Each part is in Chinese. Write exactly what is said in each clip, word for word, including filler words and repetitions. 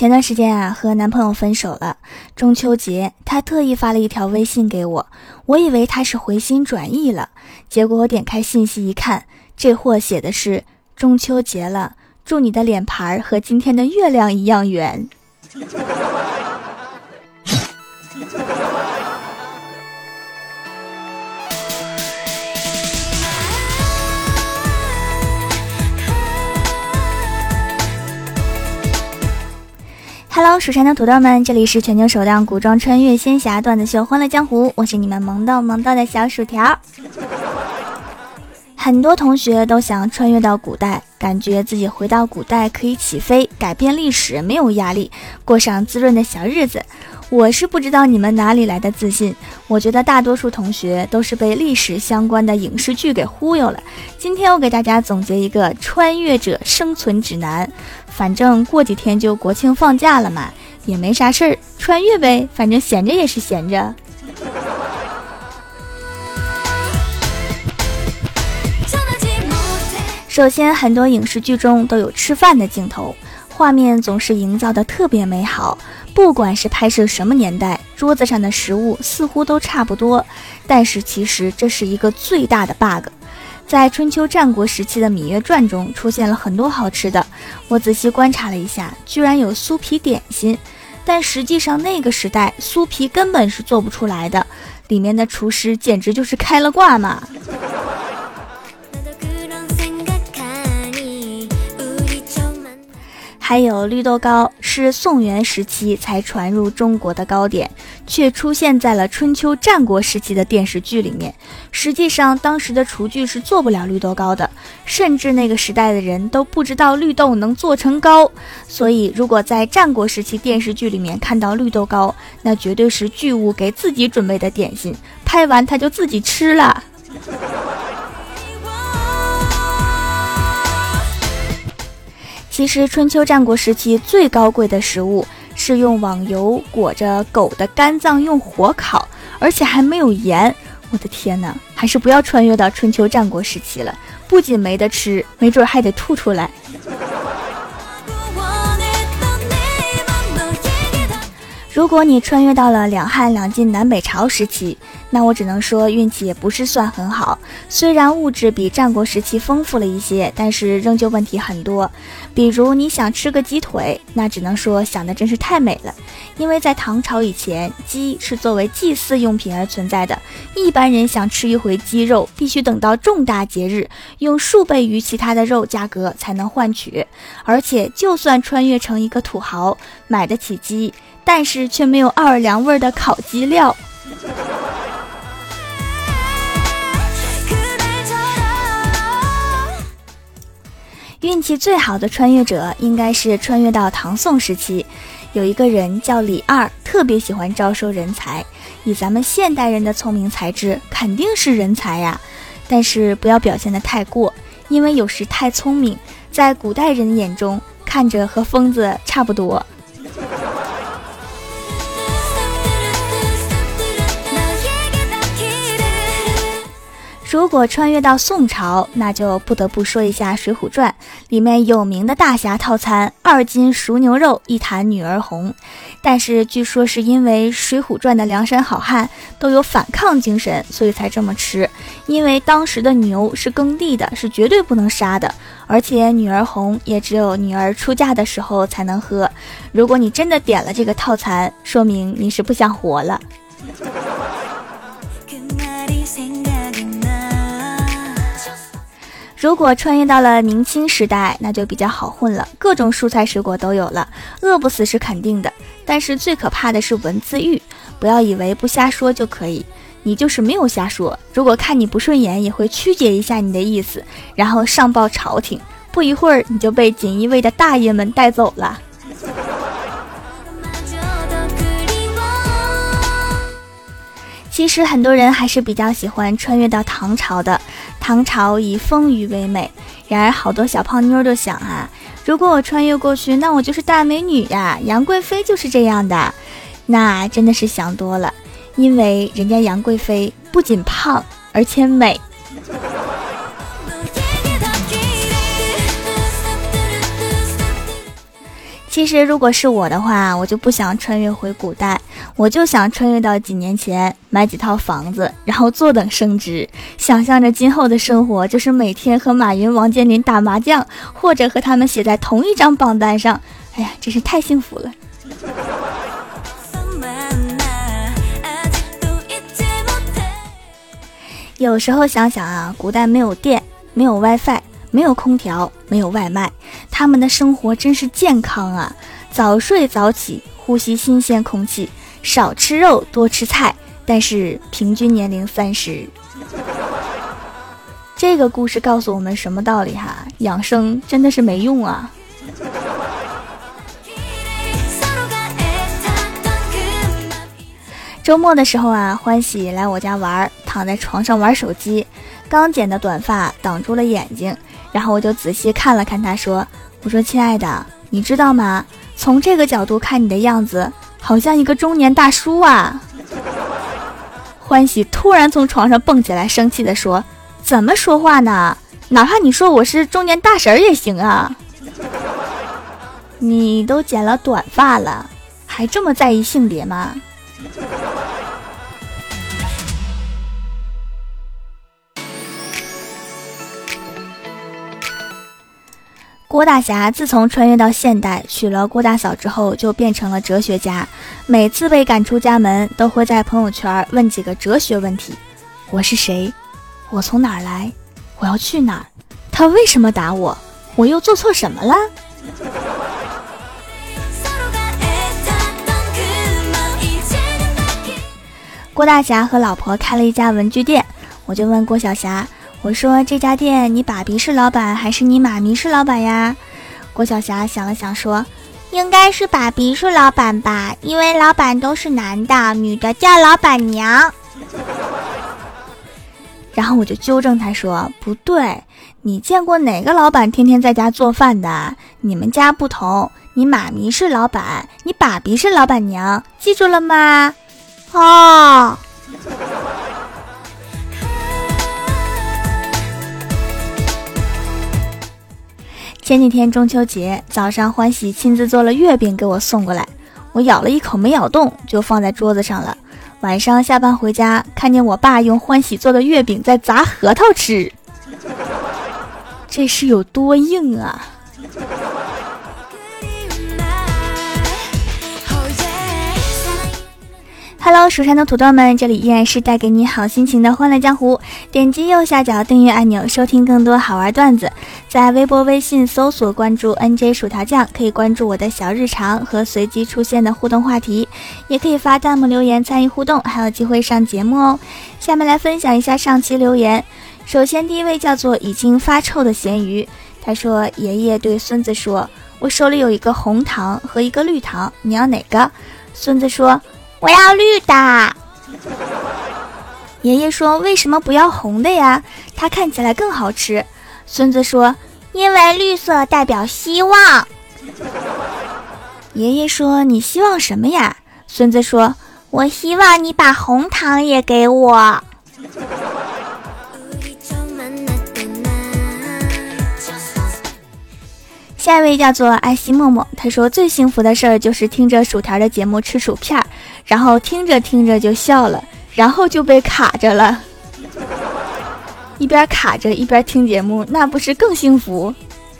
前段时间啊，和男朋友分手了。中秋节，他特意发了一条微信给我，我以为他是回心转意了，结果我点开信息一看，这货写的是中秋节了，祝你的脸盘和今天的月亮一样圆。Hello， 蜀山的土豆们，这里是全球首档古装穿越仙侠段子秀《欢乐江湖》，我是你们萌豆萌豆的小薯条。很多同学都想穿越到古代，感觉自己回到古代可以起飞，改变历史，没有压力，过上滋润的小日子。我是不知道你们哪里来的自信，我觉得大多数同学都是被历史相关的影视剧给忽悠了。今天我给大家总结一个穿越者生存指南，反正过几天就国庆放假了嘛，也没啥事儿，穿越呗，反正闲着也是闲着。首先，很多影视剧中都有吃饭的镜头，画面总是营造的特别美好，不管是拍摄什么年代，桌子上的食物似乎都差不多，但是其实这是一个最大的 bug。 在春秋战国时期的《芈月传》中出现了很多好吃的，我仔细观察了一下，居然有酥皮点心，但实际上那个时代酥皮根本是做不出来的，里面的厨师简直就是开了挂嘛。还有绿豆糕，是宋元时期才传入中国的糕点，却出现在了春秋战国时期的电视剧里面。实际上当时的厨具是做不了绿豆糕的，甚至那个时代的人都不知道绿豆能做成糕。所以如果在战国时期电视剧里面看到绿豆糕，那绝对是剧务给自己准备的点心，拍完他就自己吃了。其实春秋战国时期最高贵的食物是用网油裹着狗的肝脏用火烤，而且还没有盐。我的天哪，还是不要穿越到春秋战国时期了，不仅没得吃，没准还得吐出来。如果你穿越到了两汉两晋南北朝时期，那我只能说运气也不是算很好。虽然物质比战国时期丰富了一些，但是仍旧问题很多。比如你想吃个鸡腿，那只能说想的真是太美了。因为在唐朝以前，鸡是作为祭祀用品而存在的，一般人想吃一回鸡肉，必须等到重大节日，用数倍于其他的肉价格才能换取。而且就算穿越成一个土豪，买得起鸡，但是却没有奥尔良味的烤鸡料。运气最好的穿越者应该是穿越到唐宋时期，有一个人叫李二，特别喜欢招收人才，以咱们现代人的聪明才智肯定是人才呀，但是不要表现得太过，因为有时太聪明在古代人眼中看着和疯子差不多。如果穿越到宋朝，那就不得不说一下《水浒传》里面有名的大侠套餐，二斤熟牛肉，一坛女儿红。但是据说是因为《水浒传》的梁山好汉都有反抗精神，所以才这么吃。因为当时的牛是耕地的，是绝对不能杀的，而且女儿红也只有女儿出嫁的时候才能喝。如果你真的点了这个套餐，说明你是不想活了。如果穿越到了明清时代，那就比较好混了，各种蔬菜水果都有了，饿不死是肯定的。但是最可怕的是文字狱，不要以为不瞎说就可以，你就是没有瞎说，如果看你不顺眼也会曲解一下你的意思，然后上报朝廷，不一会儿你就被锦衣卫的大爷们带走了。其实很多人还是比较喜欢穿越到唐朝的，唐朝以丰腴为美。然而好多小胖妞就想啊，如果我穿越过去，那我就是大美女呀，杨贵妃就是这样的。那真的是想多了，因为人家杨贵妃不仅胖，而且美。 其实如果是我的话，我就不想穿越回古代，我就想穿越到几年前，买几套房子，然后坐等升职，想象着今后的生活就是每天和马云、王健林打麻将，或者和他们写在同一张榜单上。哎呀，真是太幸福了。有时候想想啊，古代没有电，没有 WiFi， 没有空调，没有外卖，他们的生活真是健康啊！早睡早起，呼吸新鲜空气，少吃肉，多吃菜，但是平均年龄三十。这个故事告诉我们什么道理哈？养生真的是没用啊！周末的时候啊，欢喜来我家玩，躺在床上玩手机，刚剪的短发挡住了眼睛，然后我就仔细看了看他，说：“我说亲爱的，你知道吗？从这个角度看你的样子，好像一个中年大叔啊。”欢喜突然从床上蹦起来，生气地说：“怎么说话呢？哪怕你说我是中年大婶也行啊！你都剪了短发了，还这么在意性别吗？”郭大侠自从穿越到现代，娶了郭大嫂之后，就变成了哲学家。每次被赶出家门，都会在朋友圈问几个哲学问题：我是谁？我从哪儿来？我要去哪儿？他为什么打我？我又做错什么了？郭大侠和老婆开了一家文具店，我就问郭小侠，我说这家店你爸比是老板还是你妈咪是老板呀？郭小侠想了想说，应该是爸比是老板吧，因为老板都是男的，女的叫老板娘。然后我就纠正他说，不对，你见过哪个老板天天在家做饭的？你们家不同，你妈咪是老板，你爸比是老板娘，记住了吗？哦。前几天中秋节早上，欢喜亲自做了月饼给我送过来，我咬了一口没咬动，就放在桌子上了。晚上下班回家，看见我爸用欢喜做的月饼在砸核桃吃，这是有多硬啊！Hello， 蜀山的土豆们，这里依然是带给你好心情的欢乐江湖。点击右下角订阅按钮，收听更多好玩段子。在微博、微信搜索关注 N J 薯条酱，可以关注我的小日常和随机出现的互动话题，也可以发弹幕留言参与互动，还有机会上节目哦。下面来分享一下上期留言。首先第一位叫做已经发臭的咸鱼，他说爷爷对孙子说，我手里有一个红糖和一个绿糖，你要哪个？孙子说，我要绿的。爷爷说，为什么不要红的呀？它看起来更好吃。孙子说，因为绿色代表希望。爷爷说，你希望什么呀？孙子说，我希望你把红糖也给我。下一位叫做爱惜默默，他说最幸福的事儿就是听着薯条的节目吃薯片，然后听着听着就笑了，然后就被卡着了。一边卡着一边听节目，那不是更幸福？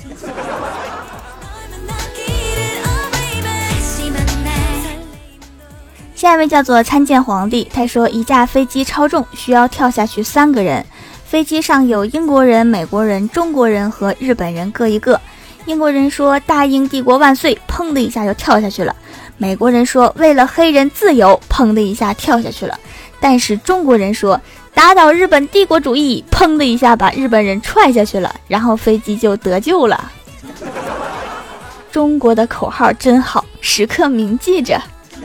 下一位叫做参见皇帝，他说一架飞机超重，需要跳下去三个人，飞机上有英国人、美国人、中国人和日本人各一个。英国人说大英帝国万岁，砰的一下就跳下去了。美国人说为了黑人自由，砰的一下跳下去了。但是中国人说打倒日本帝国主义，砰的一下把日本人踹下去了，然后飞机就得救了。中国的口号真好，时刻铭记着。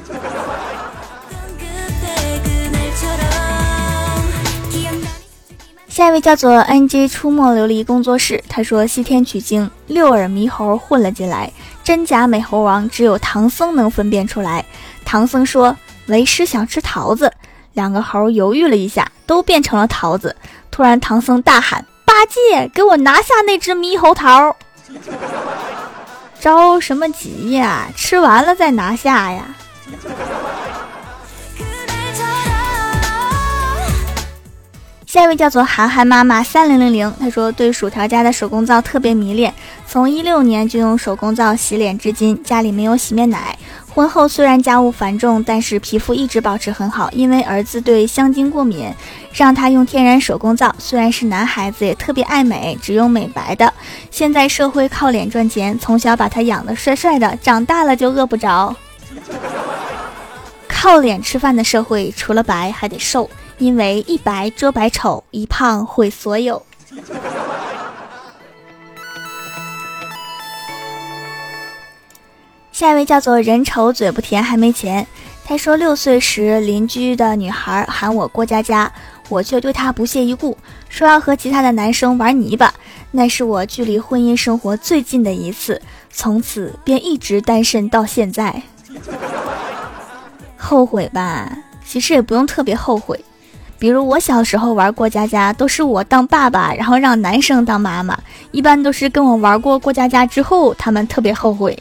下一位叫做 N J 出没琉璃工作室，他说西天取经，六耳猕猴混了进来，真假美猴王只有唐僧能分辨出来。唐僧说为师想吃桃子，两个猴犹豫了一下，都变成了桃子。突然唐僧大喊，八戒给我拿下那只猕猴桃。 着什么急呀？吃完了再拿下呀。下一位叫做涵涵妈妈三零零零，她说对薯条家的手工皂特别迷恋，从一六年就用手工皂洗脸至今，家里没有洗面奶。婚后虽然家务繁重，但是皮肤一直保持很好，因为儿子对香精过敏，让他用天然手工皂。虽然是男孩子，也特别爱美，只用美白的。现在社会靠脸赚钱，从小把他养得帅帅的，长大了就饿不着。靠脸吃饭的社会，除了白还得瘦，因为一白遮百丑，一胖毁所有。下一位叫做人丑嘴不甜还没钱，他说六岁时邻居的女孩喊我过家家，我却对她不屑一顾，说要和其他的男生玩泥巴，那是我距离婚姻生活最近的一次，从此便一直单身到现在。后悔吧？其实也不用特别后悔，比如我小时候玩过家家，都是我当爸爸，然后让男生当妈妈，一般都是跟我玩过过家家之后，他们特别后悔。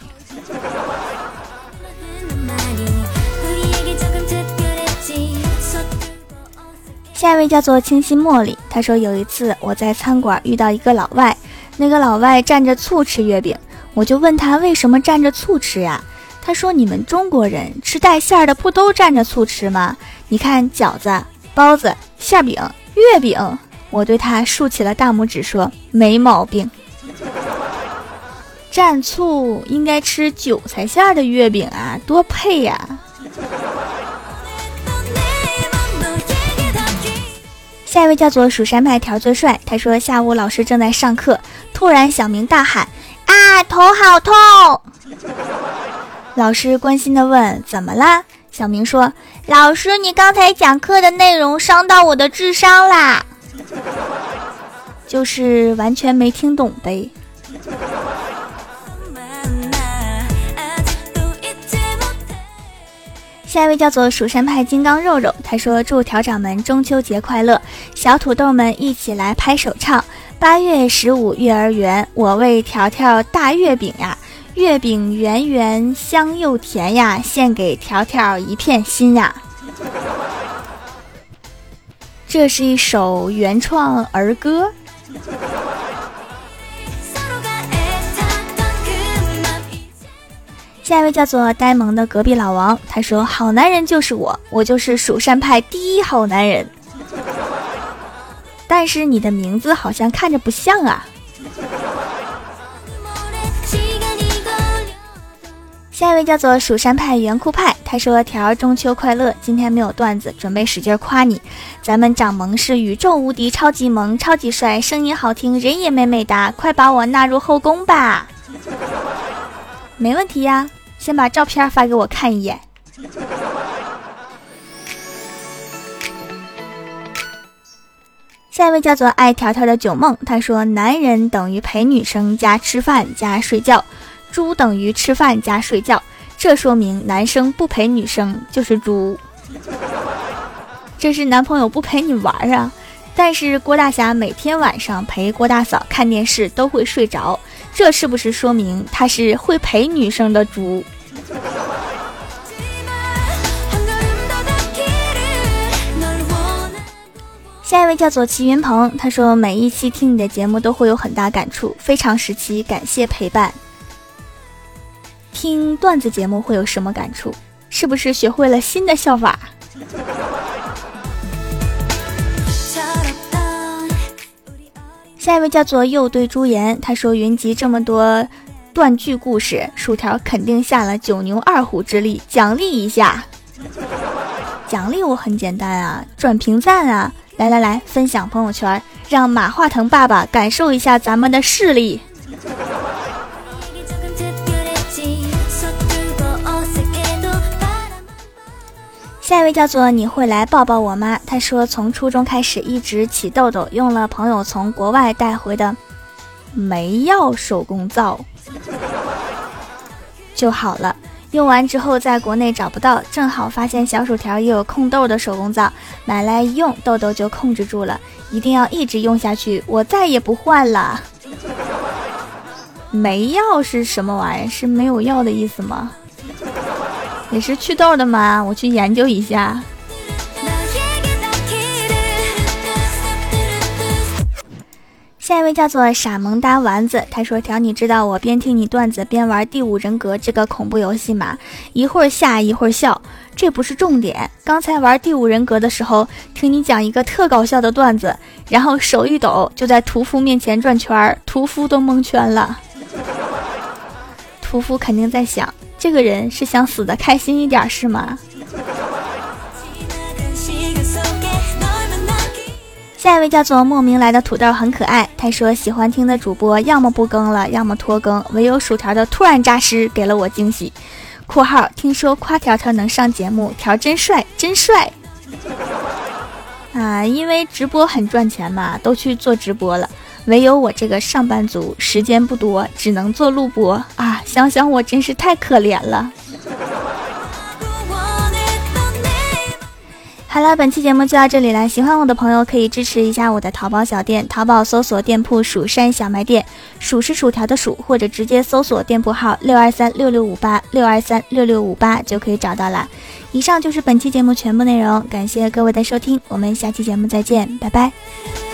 下一位叫做清新茉莉，他说有一次我在餐馆遇到一个老外，那个老外蘸着醋吃月饼，我就问他为什么蘸着醋吃呀？他说你们中国人吃带馅的不都蘸着醋吃吗？你看饺子、包子、馅饼、月饼。我对他竖起了大拇指说没毛病。蘸醋应该吃韭菜馅的月饼啊，多配呀！下一位叫做蜀山派条最帅，他说下午老师正在上课，突然小明大喊啊，头好痛！老师关心地问怎么啦？小明说老师，你刚才讲课的内容伤到我的智商啦。就是完全没听懂呗。下一位叫做蜀山派金刚肉肉，他说祝条掌们中秋节快乐，小土豆们一起来拍手唱八月十五月儿圆，我为条条大月饼呀，月饼圆圆香又甜呀，献给条条一片心呀。这是一首原创儿歌。下一位叫做呆萌的隔壁老王，他说好男人就是我，我就是蜀山派第一好男人。但是你的名字好像看着不像啊。下一位叫做蜀山派圆裤派，他说条中秋快乐，今天没有段子，准备使劲夸你，咱们掌门是宇宙无敌超级萌超级帅，声音好听，人也美美哒，快把我纳入后宫吧。没问题呀，先把照片发给我看一眼。下一位叫做爱条条的九梦，他说男人等于陪女生加吃饭加睡觉，猪等于吃饭加睡觉，这说明男生不陪女生就是猪。这是男朋友不陪你玩啊，但是郭大侠每天晚上陪郭大嫂看电视都会睡着，这是不是说明他是会陪女生的猪？下一位叫做齐云鹏，他说每一期听你的节目都会有很大感触，非常时期，感谢陪伴。听段子节目会有什么感触？是不是学会了新的笑法？下一位叫做又对朱颜，他说云集这么多断句故事，薯条肯定下了九牛二虎之力，奖励一下。奖励我很简单啊，转评赞啊，来来来，分享朋友圈，让马化腾爸爸感受一下咱们的势力。下一位叫做你会来抱抱我吗，他说从初中开始一直起痘痘，用了朋友从国外带回的没药手工皂就好了，用完之后在国内找不到，正好发现小薯条也有控痘的手工皂，买来一用痘痘就控制住了，一定要一直用下去，我再也不换了。 没药是什么玩意儿？是没有药的意思吗？也是祛痘的吗？我去研究一下。下一位叫做傻萌哒丸子，他说：条，你知道我边听你段子边玩第五人格这个恐怖游戏吗？一会儿吓一会儿笑，这不是重点。刚才玩第五人格的时候，听你讲一个特搞笑的段子，然后手一抖就在屠夫面前转圈，屠夫都蒙圈了。屠夫肯定在想，这个人是想死的开心一点是吗？下一位叫做莫名来的土豆很可爱，他说喜欢听的主播要么不更了，要么拖更，唯有薯条的突然扎实给了我惊喜。括号听说夸条条能上节目，条真帅真帅啊！因为直播很赚钱嘛，都去做直播了，唯有我这个上班族时间不多，只能做录播啊！想想我真是太可怜了。好了，本期节目就到这里了。喜欢我的朋友可以支持一下我的淘宝小店，淘宝搜索店铺蜀山小卖店，蜀是薯条的蜀，或者直接搜索店铺号六二三六六五八六二三六六五八就可以找到了。以上就是本期节目全部内容，感谢各位的收听，我们下期节目再见，拜拜。